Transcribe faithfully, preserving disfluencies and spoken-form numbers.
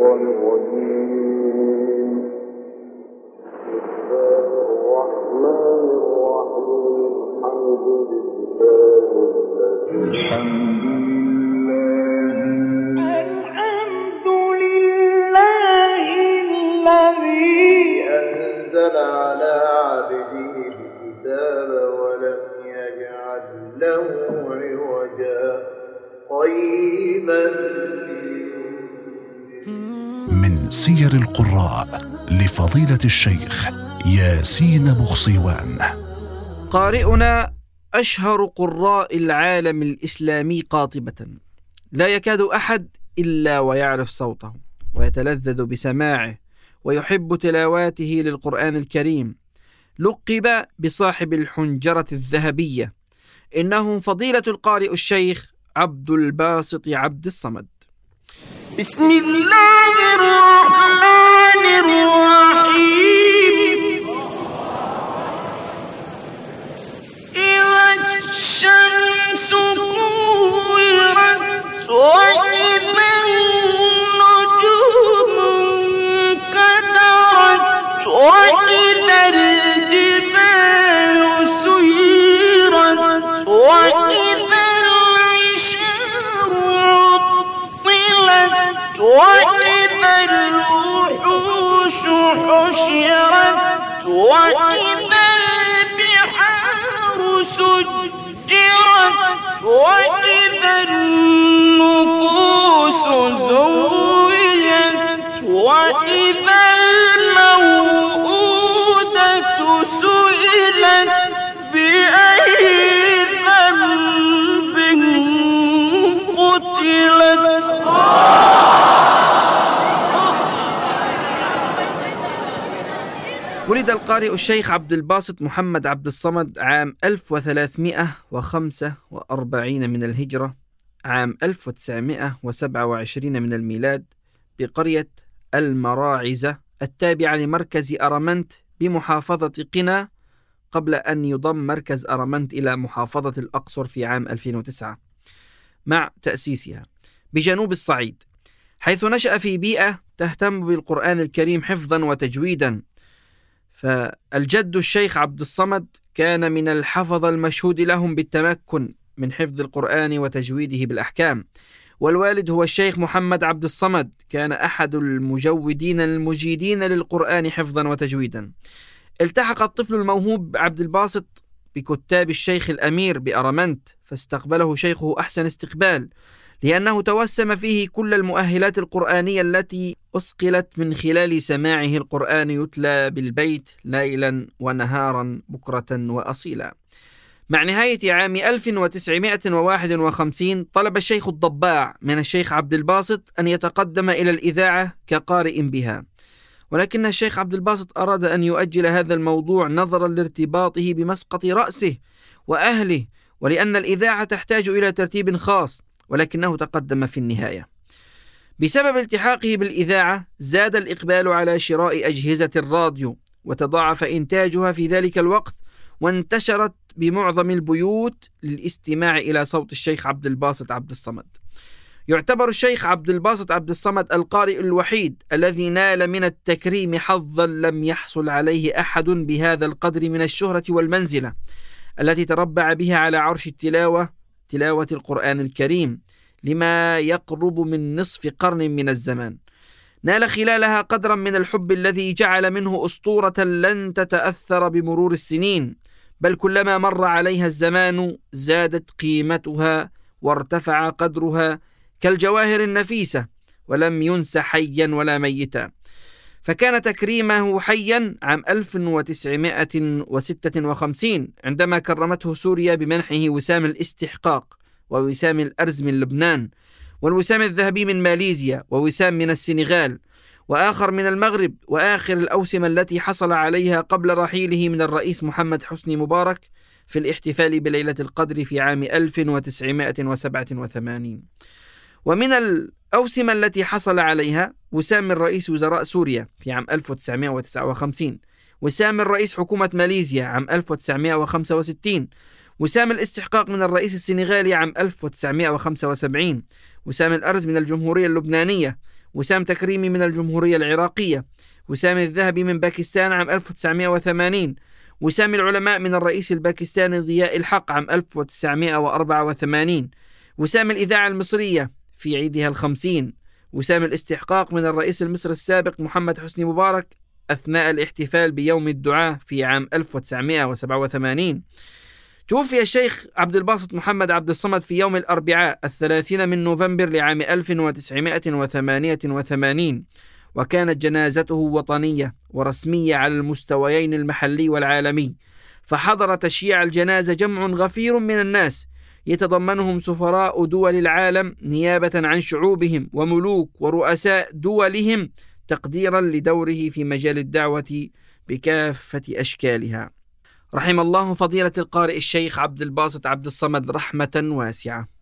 الشيطان الرجيم. بسم الله الرحمن الرحيم. الحمد لله الحمد لله الذي أنزل على عبده الكتاب ولم يجعل له عوجا قيما. من سير القراء لفضيلة الشيخ ياسين بخصيوان. قارئنا أشهر قراء العالم الإسلامي قاطبة، لا يكاد أحد إلا ويعرف صوته ويتلذذ بسماعه ويحب تلاواته للقرآن الكريم. لقب بصاحب الحنجرة الذهبية، إنه فضيلة القارئ الشيخ عبد الباسط عبد الصمد. بسم الله الرحمن الرحيم. إذا الشمس كورت وإذا النجوم انكدرت وإذا الجبال سيرت وإذا العشار عطلت وإذا الوحوش حشرت وإذا البحار سجرت وإذا النفوس زوجت وإذا الموءودة سئلت بأي ذنب قتلت. ولد القارئ الشيخ عبد الباسط محمد عبد الصمد عام ألف وثلاثمائة وخمسة وأربعين من الهجرة، عام ألف وتسعمائة وسبعة وعشرين من الميلاد، بقرية المراعزة التابعة لمركز أرمنت بمحافظة قنا، قبل أن يضم مركز أرمنت إلى محافظة الأقصر في عام ألفين وتسعة مع تأسيسها بجنوب الصعيد، حيث نشأ في بيئة تهتم بالقرآن الكريم حفظا وتجويدا. فالجد الشيخ عبد الصمد كان من الحفظة المشهود لهم بالتمكن من حفظ القرآن وتجويده بالأحكام، والوالد هو الشيخ محمد عبد الصمد، كان أحد المجودين المجيدين للقرآن حفظا وتجويدا. التحق الطفل الموهوب عبد الباسط بكتاب الشيخ الأمير بأرمنت، فاستقبله شيخه أحسن استقبال، لأنه توسم فيه كل المؤهلات القرآنية التي أصقلت من خلال سماعه القرآن يتلى بالبيت ليلا ونهارا بكرة وأصيلا. مع نهاية عام ألف وتسعمائة وواحد وخمسين طلب الشيخ الضباع من الشيخ عبد الباسط أن يتقدم إلى الإذاعة كقارئ بها، ولكن الشيخ عبد الباسط أراد أن يؤجل هذا الموضوع نظرا لارتباطه بمسقط رأسه وأهله، ولأن الإذاعة تحتاج إلى ترتيب خاص، ولكنه تقدم في النهاية. بسبب التحاقه بالإذاعة زاد الإقبال على شراء أجهزة الراديو، وتضاعف إنتاجها في ذلك الوقت، وانتشرت بمعظم البيوت للاستماع إلى صوت الشيخ عبد الباسط عبد الصمد. يعتبر الشيخ عبد الباسط عبد الصمد القارئ الوحيد الذي نال من التكريم حظا لم يحصل عليه أحد بهذا القدر من الشهرة والمنزلة، التي تربع بها على عرش التلاوة، تلاوة القرآن الكريم، لما يقرب من نصف قرن من الزمان. نال خلالها قدرا من الحب الذي جعل منه أسطورة لن تتأثر بمرور السنين، بل كلما مر عليها الزمان زادت قيمتها وارتفع قدرها كالجواهر النفيسة، ولم ينس حيا ولا ميتا. فكان تكريمه حيا عام ألف وتسعمائة وستة وخمسين عندما كرمته سوريا بمنحه وسام الاستحقاق ووسام الأرز من لبنان، والوسام الذهبي من ماليزيا، ووسام من السنغال، وآخر من المغرب، وآخر الأوسمة التي حصل عليها قبل رحيله من الرئيس محمد حسني مبارك في الاحتفال بليلة القدر في عام ألف وتسعمائة وسبعة وثمانين. ومن الأوسمة التي حصل عليها وسام من رئيس وزراء سوريا في عام ألف وتسعمائة وتسعة وخمسين، وسام من رئيس حكومة ماليزيا عام ألف وتسعمائة وخمسة وستين، وسام الاستحقاق من الرئيس السنغالي عام ألف وتسعمائة وخمسة وسبعين، وسام الأرز من الجمهورية اللبنانية، وسام تكريمي من الجمهورية العراقية، وسام الذهبي من باكستان عام ألف وتسعمائة وثمانين، وسام العلماء من الرئيس الباكستاني ضياء الحق عام ألف وتسعمائة وأربعة وثمانين، وسام الإذاعة المصرية في عيدها الخمسين، وسام الاستحقاق من الرئيس المصري السابق محمد حسني مبارك أثناء الاحتفال بيوم الدعاء في عام ألف وتسعمائة وسبعة وثمانين. توفي الشيخ عبد الباسط محمد عبد الصمد في يوم الأربعاء الثلاثين من نوفمبر لعام ألف وتسعمائة وثمانية وثمانين، وكانت جنازته وطنية ورسمية على المستويين المحلي والعالمي، فحضر تشييع الجنازة جمع غفير من الناس يتضمنهم سفراء دول العالم نيابة عن شعوبهم وملوك ورؤساء دولهم، تقديرا لدوره في مجال الدعوة بكافة أشكالها. رحم الله فضيلة القارئ الشيخ عبد الباسط عبد الصمد رحمة واسعة.